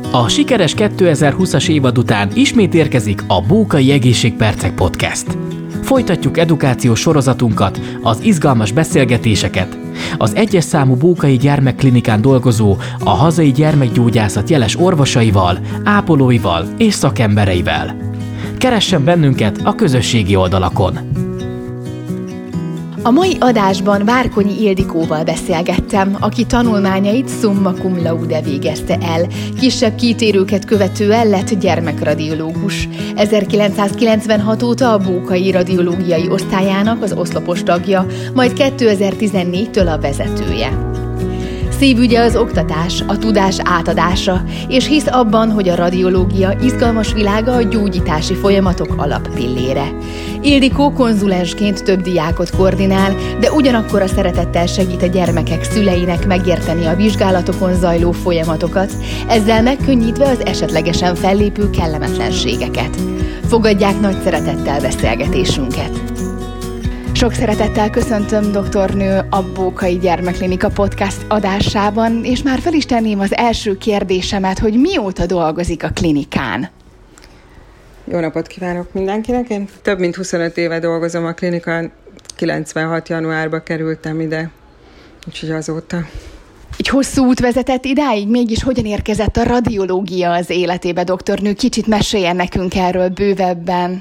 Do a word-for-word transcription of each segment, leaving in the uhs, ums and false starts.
A sikeres kétezer-húszas évad után ismét érkezik a Bókai Egészségpercek Podcast. Folytatjuk edukációs sorozatunkat, az izgalmas beszélgetéseket, az egyes számú Bókai Gyermekklinikán dolgozó, a hazai gyermekgyógyászat jeles orvosaival, ápolóival és szakembereivel. Keressen bennünket a közösségi oldalakon! A mai adásban Várkonyi Ildikóval beszélgettem, aki tanulmányait summa cum laude végezte el. Kisebb kitérőket követően lett gyermekradiológus. ezerkilencszázkilencvenhat óta a Bókai Radiológiai Osztályának az oszlopos tagja, majd kétezer-tizennégytől a vezetője. Szívügye az oktatás, a tudás átadása, és hisz abban, hogy a radiológia izgalmas világa a gyógyítási folyamatok alappillére. Ildikó konzulensként több diákot koordinál, de ugyanakkor a szeretettel segít a gyermekek szüleinek megérteni a vizsgálatokon zajló folyamatokat, ezzel megkönnyítve az esetlegesen fellépő kellemetlenségeket. Fogadják nagy szeretettel beszélgetésünket! Sok szeretettel köszöntöm doktornő a Bókai Gyermekklinika podcast adásában, és már fel is tenném az első kérdésemet, hogy mióta dolgozik a klinikán? Jó napot kívánok mindenkinek! Én több mint huszonöt éve dolgozom a klinikán, kilencvenhat januárban kerültem ide, úgyhogy azóta. Egy hosszú út vezetett idáig, mégis hogyan érkezett a radiológia az életébe, doktornő? Kicsit meséljen nekünk erről bővebben.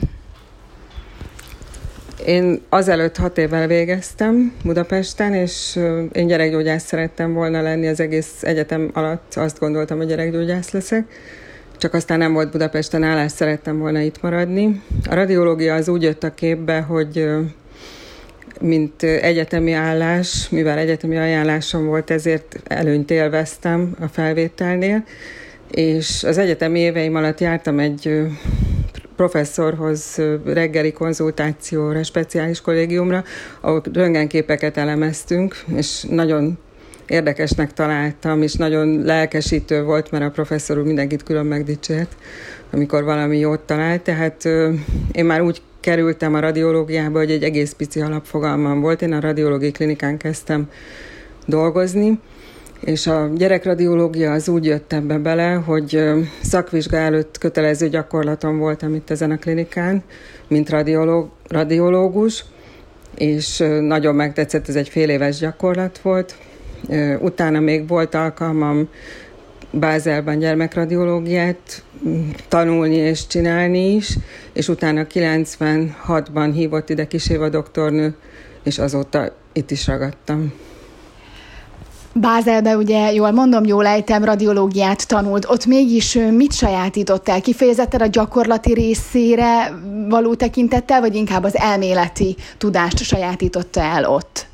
Én azelőtt hat évvel végeztem Budapesten, és én gyerekgyógyász szerettem volna lenni az egész egyetem alatt. Azt gondoltam, hogy gyerekgyógyász leszek. Csak aztán nem volt Budapesten állás, szerettem volna itt maradni. A radiológia az úgy jött a képbe, hogy mint egyetemi állás, mivel egyetemi ajánlásom volt, ezért előnyt élveztem a felvételnél, és az egyetemi éveim alatt jártam egy professzorhoz reggeli konzultációra, speciális kollégiumra, ahol röntgenképeket elemeztünk, és nagyon érdekesnek találtam, és nagyon lelkesítő volt, mert a professzor úr mindenkit külön megdicsért, amikor valami jót talált. Tehát én már úgy kerültem a radiológiába, hogy egy egész pici alapfogalmam volt. Én a radiológiai klinikán kezdtem dolgozni, és a gyerekradiológia az úgy jött ebbe bele, hogy szakvizsga előtt kötelező gyakorlatom voltam itt ezen a klinikán, mint radiológ, radiológus, és nagyon megtetszett, ez egy fél éves gyakorlat volt. Utána még volt alkalmam Bázelban gyermekradiológiát tanulni és csinálni is, és utána kilencvenhatban hívott ide Kis Éva doktornő, és azóta itt is ragadtam. Bázelben, ugye, jól mondom, jól ejtem, radiológiát tanult. Ott mégis mit sajátított el? Kifejezetten a gyakorlati részére való tekintettel, vagy inkább az elméleti tudást sajátította el ott?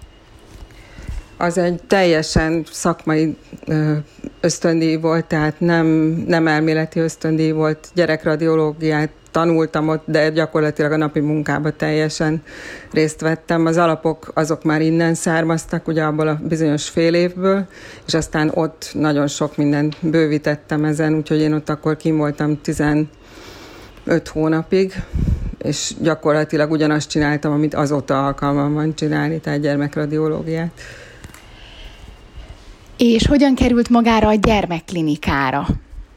Az egy teljesen szakmai ösztöndíj volt, tehát nem, nem elméleti ösztöndíj volt. Gyerekradiológiát tanultam ott, de gyakorlatilag a napi munkában teljesen részt vettem. Az alapok azok már innen származtak, ugye abból a bizonyos fél évből, és aztán ott nagyon sok mindent bővítettem ezen, úgyhogy én ott akkor kim voltam tizenöt hónapig, és gyakorlatilag ugyanazt csináltam, amit azóta alkalmam van csinálni, tehát gyermekradiológiát. És hogyan került magára a gyermekklinikára?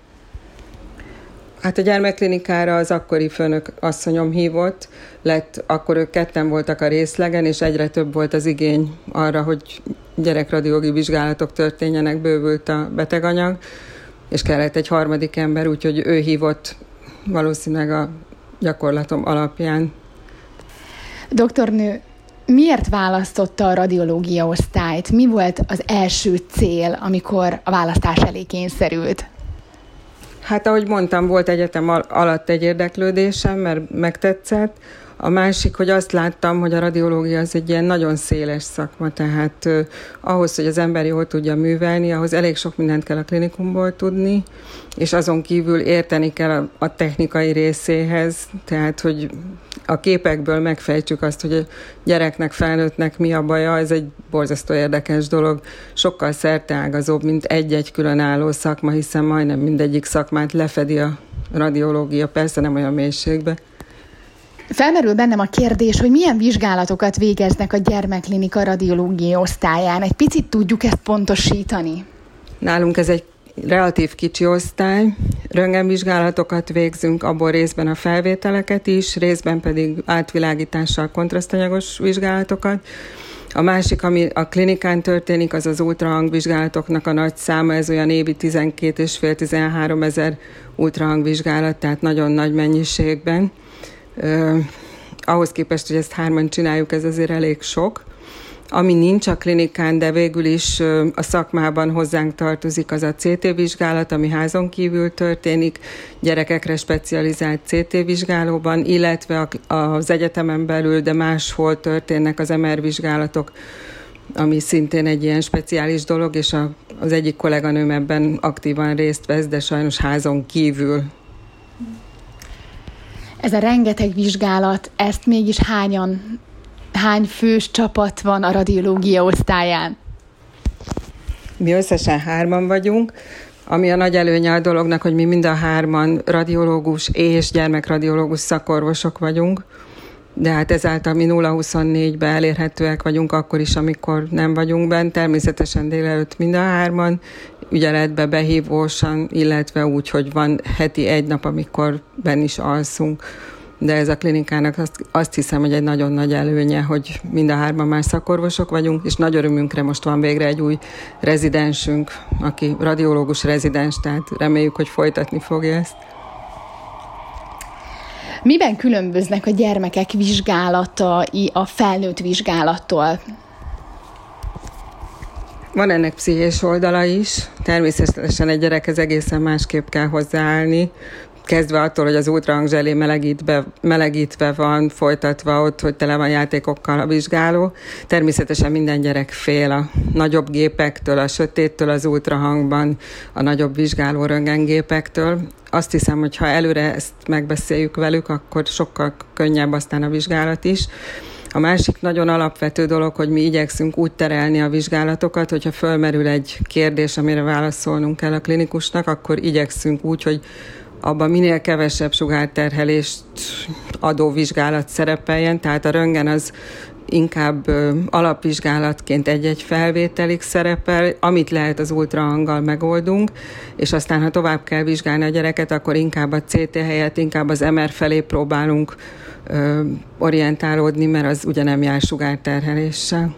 Hát a gyermekklinikára az akkori főnök asszonyom hívott, lett, akkor ők ketten voltak a részlegen, és egyre több volt az igény arra, hogy gyerekradiológiai vizsgálatok történjenek, bővült a beteganyag, és kellett egy harmadik ember, úgyhogy ő hívott valószínűleg a gyakorlatom alapján. Doktornő, miért választotta a radiológia osztályt? Mi volt az első cél, amikor a választás elé kényszerült? Hát ahogy mondtam, volt egyetem alatt egy érdeklődésem, mert megtetszett. A másik, hogy azt láttam, hogy a radiológia az egy ilyen nagyon széles szakma, tehát uh, ahhoz, hogy az ember jól tudja művelni, ahhoz elég sok mindent kell a klinikumból tudni, és azon kívül érteni kell a, a technikai részéhez, tehát hogy a képekből megfejtsük azt, hogy a gyereknek, felnőttnek mi a baja, ez egy borzasztó érdekes dolog, sokkal szerteágazóbb, mint egy-egy különálló szakma, hiszen majdnem mindegyik szakmát lefedi a radiológia, persze nem olyan mélységbe. Felmerül bennem a kérdés, hogy milyen vizsgálatokat végeznek a gyermekklinika radiológiai osztályán. Egy picit tudjuk ezt pontosítani? Nálunk ez egy relatív kicsi osztály, röntgenvizsgálatokat végzünk, abból részben a felvételeket is, részben pedig átvilágítással kontrasztanyagos vizsgálatokat. A másik, ami a klinikán történik, az az ultrahangvizsgálatoknak a nagy száma, ez olyan évi tizenkét és fél tizenhárom ezer ultrahangvizsgálat, tehát nagyon nagy mennyiségben. Uh, ahhoz képest, hogy ezt hárman csináljuk, ez azért elég sok. Ami nincs a klinikán, de végül is a szakmában hozzánk tartozik, az a cé té-vizsgálat, ami házon kívül történik, gyerekekre specializált cé té-vizsgálóban, illetve az egyetemen belül, de máshol történnek az em er-vizsgálatok, ami szintén egy ilyen speciális dolog, és a, az egyik kolléganőm ebben aktívan részt vesz, de sajnos házon kívül. Ez a rengeteg vizsgálat, ezt mégis hányan Hány fős csapat van a radiológia osztályán? Mi összesen hárman vagyunk, ami a nagy előnye a dolognak, hogy mi mind a hárman radiológus és gyermekradiológus szakorvosok vagyunk, de hát ezáltal mi nulla huszonnégyben elérhetőek vagyunk akkor is, amikor nem vagyunk bent, természetesen délelőtt mind a hárman, ügyeletbe behívósan, illetve úgy, hogy van heti egy nap, amikor benn is alszunk. De ez a klinikának azt, azt hiszem, hogy egy nagyon nagy előnye, hogy mind a hárman már szakorvosok vagyunk, és nagy örömünkre most van végre egy új rezidensünk, aki radiológus rezidens, tehát reméljük, hogy folytatni fogja ezt. Miben különböznek a gyermekek vizsgálatai a felnőtt vizsgálattól? Van ennek pszichés oldala is, természetesen egy gyerekhez egészen másképp kell hozzáállni, kezdve attól, hogy az ultrahangzselé melegítve, melegítve van, folytatva ott, hogy tele van játékokkal a vizsgáló. Természetesen minden gyerek fél a nagyobb gépektől, a sötéttől az ultrahangban, a nagyobb vizsgáló röntgengépektől. Azt hiszem, hogy ha előre ezt megbeszéljük velük, akkor sokkal könnyebb aztán a vizsgálat is. A másik nagyon alapvető dolog, hogy mi igyekszünk úgy terelni a vizsgálatokat, hogyha fölmerül egy kérdés, amire válaszolnunk kell a klinikusnak, akkor igyekszünk úgy, hogy abban minél kevesebb sugárterhelést adó vizsgálat szerepeljen, tehát a röntgen az inkább ö, alapvizsgálatként egy-egy felvételig szerepel, amit lehet az ultrahanggal megoldunk, és aztán, ha tovább kell vizsgálni a gyereket, akkor inkább a cé té helyett, inkább az em er felé próbálunk ö, orientálódni, mert az ugye nem jár sugárterheléssel.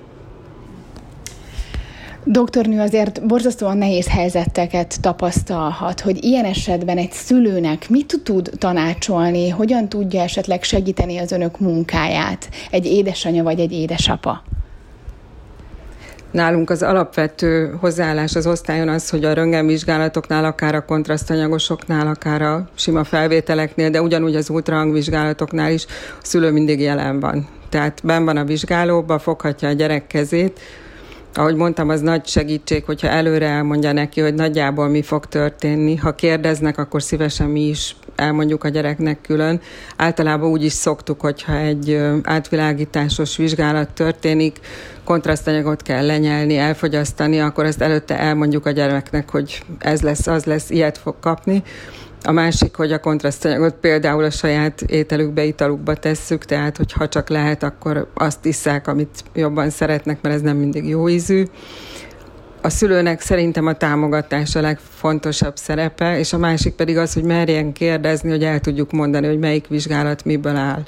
Doktornő, azért borzasztóan nehéz helyzeteket tapasztalhat, hogy ilyen esetben egy szülőnek mit tud tanácsolni, hogyan tudja esetleg segíteni az önök munkáját egy édesanya vagy egy édesapa? Nálunk az alapvető hozzáállás az osztályon az, hogy a röntgenvizsgálatoknál, akár a kontrasztanyagosoknál, akár a sima felvételeknél, de ugyanúgy az ultrahangvizsgálatoknál is a szülő mindig jelen van. Tehát benn van a vizsgálóba, foghatja a gyerek kezét. Ahogy mondtam, az nagy segítség, hogyha előre elmondja neki, hogy nagyjából mi fog történni. Ha kérdeznek, akkor szívesen mi is elmondjuk a gyereknek külön. Általában úgy is szoktuk, hogyha egy átvilágításos vizsgálat történik, kontrasztanyagot kell lenyelni, elfogyasztani, akkor ezt előtte elmondjuk a gyereknek, hogy ez lesz, az lesz, ilyet fog kapni. A másik, hogy a kontrasztanyagot például a saját ételükbe, italukba tesszük, tehát hogy ha csak lehet, akkor azt isszák, amit jobban szeretnek, mert ez nem mindig jó ízű. A szülőnek szerintem a támogatás a legfontosabb szerepe, és a másik pedig az, hogy merjen kérdezni, hogy el tudjuk mondani, hogy melyik vizsgálat miből áll.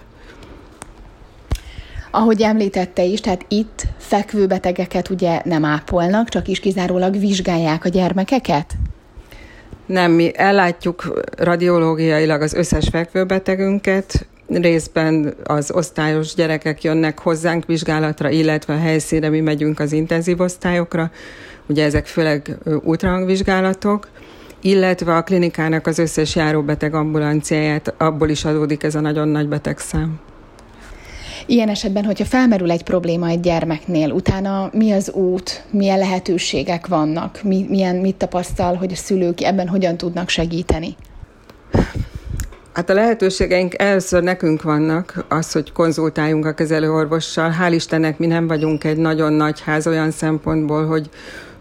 Ahogy említette is, tehát itt fekvő betegeket ugye nem ápolnak, csak is kizárólag vizsgálják a gyermekeket? Nem, mi ellátjuk radiológiailag az összes fekvőbetegünket, részben az osztályos gyerekek jönnek hozzánk vizsgálatra, illetve a helyszínre mi megyünk az intenzív osztályokra, ugye ezek főleg ultrahangvizsgálatok, illetve a klinikának az összes járóbeteg ambulanciáját, abból is adódik ez a nagyon nagy betegszám. Ilyen esetben, hogyha felmerül egy probléma egy gyermeknél, utána mi az út, milyen lehetőségek vannak, mi, milyen, mit tapasztal, hogy a szülők ebben hogyan tudnak segíteni? Hát a lehetőségeink először nekünk vannak, az, hogy konzultáljunk a kezelőorvossal. Hál' Istennek mi nem vagyunk egy nagyon nagy ház olyan szempontból, hogy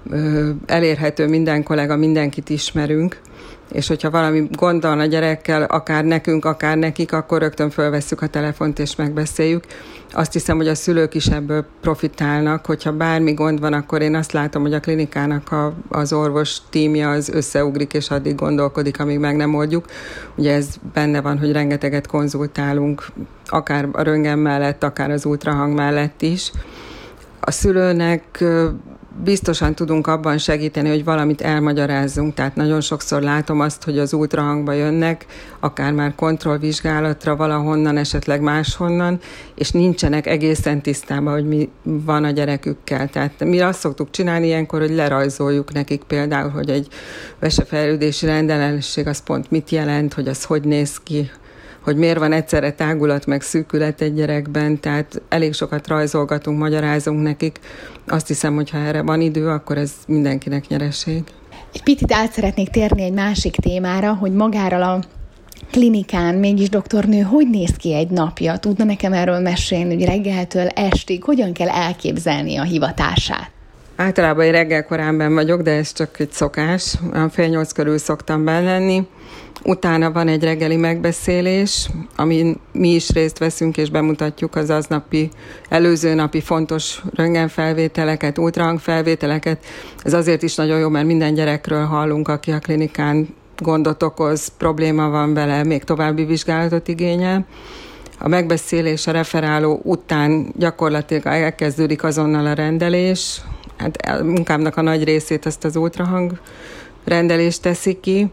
elérhető minden kollega, mindenkit ismerünk, és hogyha valami gond van a gyerekkel, akár nekünk, akár nekik, akkor rögtön fölvesszük a telefont és megbeszéljük. Azt hiszem, hogy a szülők is ebből profitálnak, hogyha bármi gond van, akkor én azt látom, hogy a klinikának a, az orvos tímje az összeugrik, és addig gondolkodik, amíg meg nem oldjuk. Ugye ez benne van, hogy rengeteget konzultálunk, akár a röntgen mellett, akár az ultrahang mellett is. A szülőnek biztosan tudunk abban segíteni, hogy valamit elmagyarázzunk. Tehát nagyon sokszor látom azt, hogy az ultrahangba jönnek, akár már kontrollvizsgálatra valahonnan, esetleg máshonnan, és nincsenek egészen tisztában, hogy mi van a gyerekükkel. Tehát mi azt szoktuk csinálni ilyenkor, hogy lerajzoljuk nekik például, hogy egy vesefejlődési rendellenesség az pont mit jelent, hogy az hogy néz ki, hogy miért van egyszerre tágulat meg szűkület egy gyerekben, tehát elég sokat rajzolgatunk, magyarázunk nekik. Azt hiszem, hogy ha erre van idő, akkor ez mindenkinek nyereség. Egy picit át szeretnék térni egy másik témára, hogy magára a klinikán mégis doktornő, hogy néz ki egy napja? Tudna nekem erről mesélni, hogy reggeltől estig hogyan kell elképzelni a hivatását? Általában én reggel korán benn vagyok, de ez csak egy szokás. Olyan fél nyolc körül szoktam benn lenni. Utána van egy reggeli megbeszélés, amin mi is részt veszünk, és bemutatjuk az aznapi, előző napi fontos röntgenfelvételeket, ultrahangfelvételeket. Ez azért is nagyon jó, mert minden gyerekről hallunk, aki a klinikán gondot okoz, probléma van vele, még további vizsgálatot igényel. A megbeszélés, a referáló után gyakorlatilag elkezdődik azonnal a rendelés. Hát a munkámnak a nagy részét azt az ultrahang rendelés teszi ki.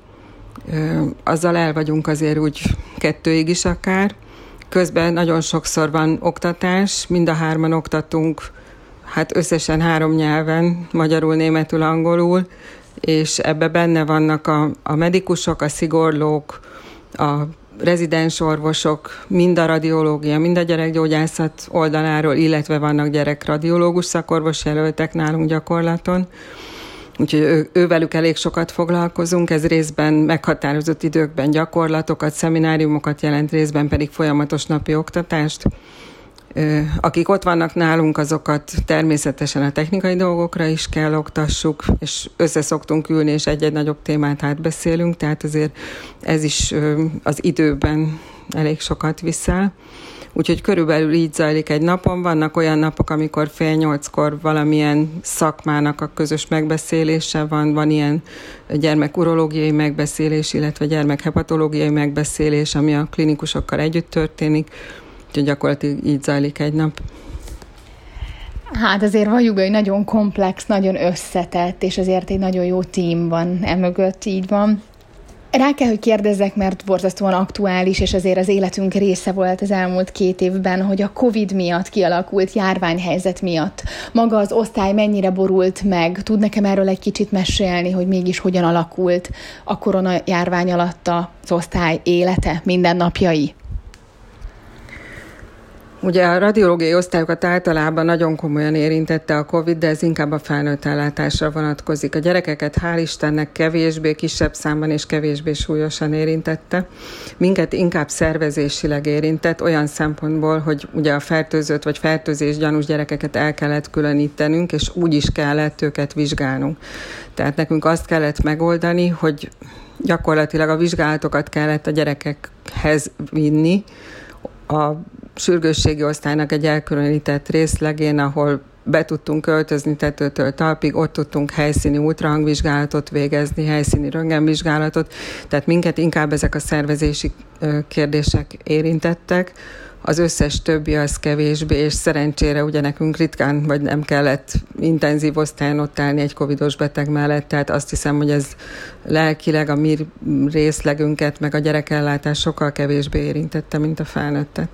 Azzal el vagyunk azért úgy kettőig is akár. Közben nagyon sokszor van oktatás, mind a hárman oktatunk, hát összesen három nyelven, magyarul, németül, angolul, és ebbe benne vannak a, a medikusok, a szigorlók, a rezidens orvosok, mind a radiológia, mind a gyerekgyógyászat oldaláról, illetve vannak gyerekradiológus szakorvos jelöltek nálunk gyakorlaton. Úgyhogy ő, ővelük elég sokat foglalkozunk, ez részben meghatározott időkben gyakorlatokat, szemináriumokat jelent, részben pedig folyamatos napi oktatást. Akik ott vannak nálunk, azokat természetesen a technikai dolgokra is kell oktassuk, és összeszoktunk ülni, és egy-egy nagyobb témát átbeszélünk, tehát azért ez is az időben elég sokat viszel. Úgyhogy körülbelül így zajlik egy napon. Vannak olyan napok, amikor fél nyolckor valamilyen szakmának a közös megbeszélése van, van ilyen gyermekurológiai megbeszélés, illetve gyermekhepatológiai megbeszélés, ami a klinikusokkal együtt történik. Úgyhogy gyakorlatilag így zajlik egy nap. Hát azért valljuk be, hogy nagyon komplex, nagyon összetett, és azért egy nagyon jó tím van emögött, így van. Rá kell, hogy kérdezzek, mert borzasztóan aktuális, és azért az életünk része volt az elmúlt két évben, hogy a Covid miatt kialakult járványhelyzet miatt maga az osztály mennyire borult meg. Tud nekem erről egy kicsit mesélni, hogy mégis hogyan alakult a koronajárvány alatt az osztály élete, mindennapjai? Ugye a radiológiai osztályokat általában nagyon komolyan érintette a Covid, de ez inkább a felnőtt ellátásra vonatkozik. A gyerekeket hál' Istennek kevésbé, kisebb számban és kevésbé súlyosan érintette. Minket inkább szervezésileg érintett, olyan szempontból, hogy ugye a fertőzött vagy fertőzés gyanús gyerekeket el kellett különítenünk, és úgy is kellett őket vizsgálnunk. Tehát nekünk azt kellett megoldani, hogy gyakorlatilag a vizsgálatokat kellett a gyerekekhez vinni, a sürgősségi osztálynak egy elkülönített részlegén, ahol be tudtunk költözni tetőtől talpig, ott tudtunk helyszíni ultrahangvizsgálatot végezni, helyszíni röntgenvizsgálatot, tehát minket inkább ezek a szervezési kérdések érintettek. Az összes többi az kevésbé, és szerencsére ugye nekünk ritkán, vagy nem kellett intenzív osztályon ott állni egy covidos beteg mellett, tehát azt hiszem, hogy ez lelkileg a mi részlegünket, meg a gyerekellátás sokkal kevésbé érintette, mint a felnőttet.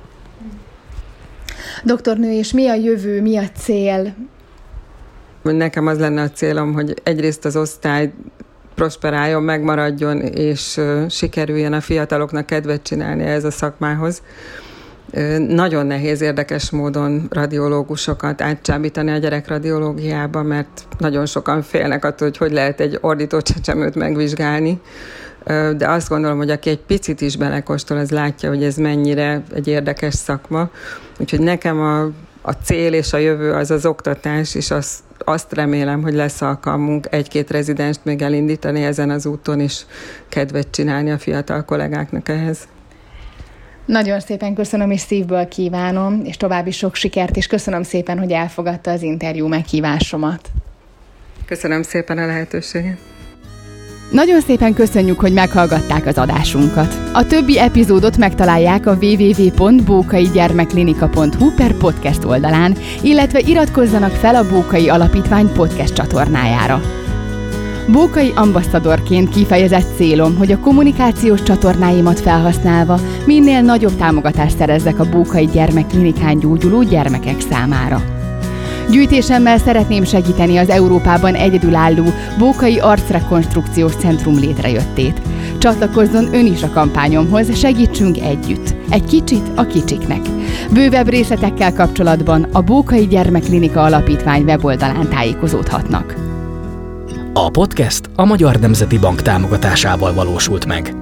Doktornő, és mi a jövő, mi a cél? Nekem az lenne a célom, hogy egyrészt az osztály prosperáljon, megmaradjon, és sikerüljen a fiataloknak kedvet csinálni ez a szakmához. Nagyon nehéz érdekes módon radiológusokat átcsábítani a gyerekradiológiába, mert nagyon sokan félnek attól, hogy hogy lehet egy ordító csecsemőt megvizsgálni. De azt gondolom, hogy aki egy picit is belekóstol, az látja, hogy ez mennyire egy érdekes szakma. Úgyhogy nekem a, a cél és a jövő az az oktatás, és az, azt remélem, hogy lesz alkalmunk egy-két rezidenst még elindítani ezen az úton, és kedvet csinálni a fiatal kollégáknak ehhez. Nagyon szépen köszönöm, és szívből kívánom, és további sok sikert, és köszönöm szépen, hogy elfogadta az interjú meghívásomat. Köszönöm szépen a lehetőséget. Nagyon szépen köszönjük, hogy meghallgatták az adásunkat. A többi epizódot megtalálják a double-u double-u double-u pont bókai gyermekklinika pont hu per podcast oldalán, illetve iratkozzanak fel a Bókai Alapítvány podcast csatornájára. Bókai ambasszadorként kifejezett célom, hogy a kommunikációs csatornáimat felhasználva minél nagyobb támogatást szerezzek a Bókai Gyermekklinikán gyógyuló gyermekek számára. Gyűjtésemmel szeretném segíteni az Európában egyedülálló Bókai Arcrekonstrukciós Centrum létrejöttét. Csatlakozzon ön is a kampányomhoz, segítsünk együtt. Egy kicsit a kicsiknek. Bővebb részletekkel kapcsolatban a Bókai Gyermekklinika Alapítvány weboldalán tájékozódhatnak. A podcast a Magyar Nemzeti Bank támogatásával valósult meg.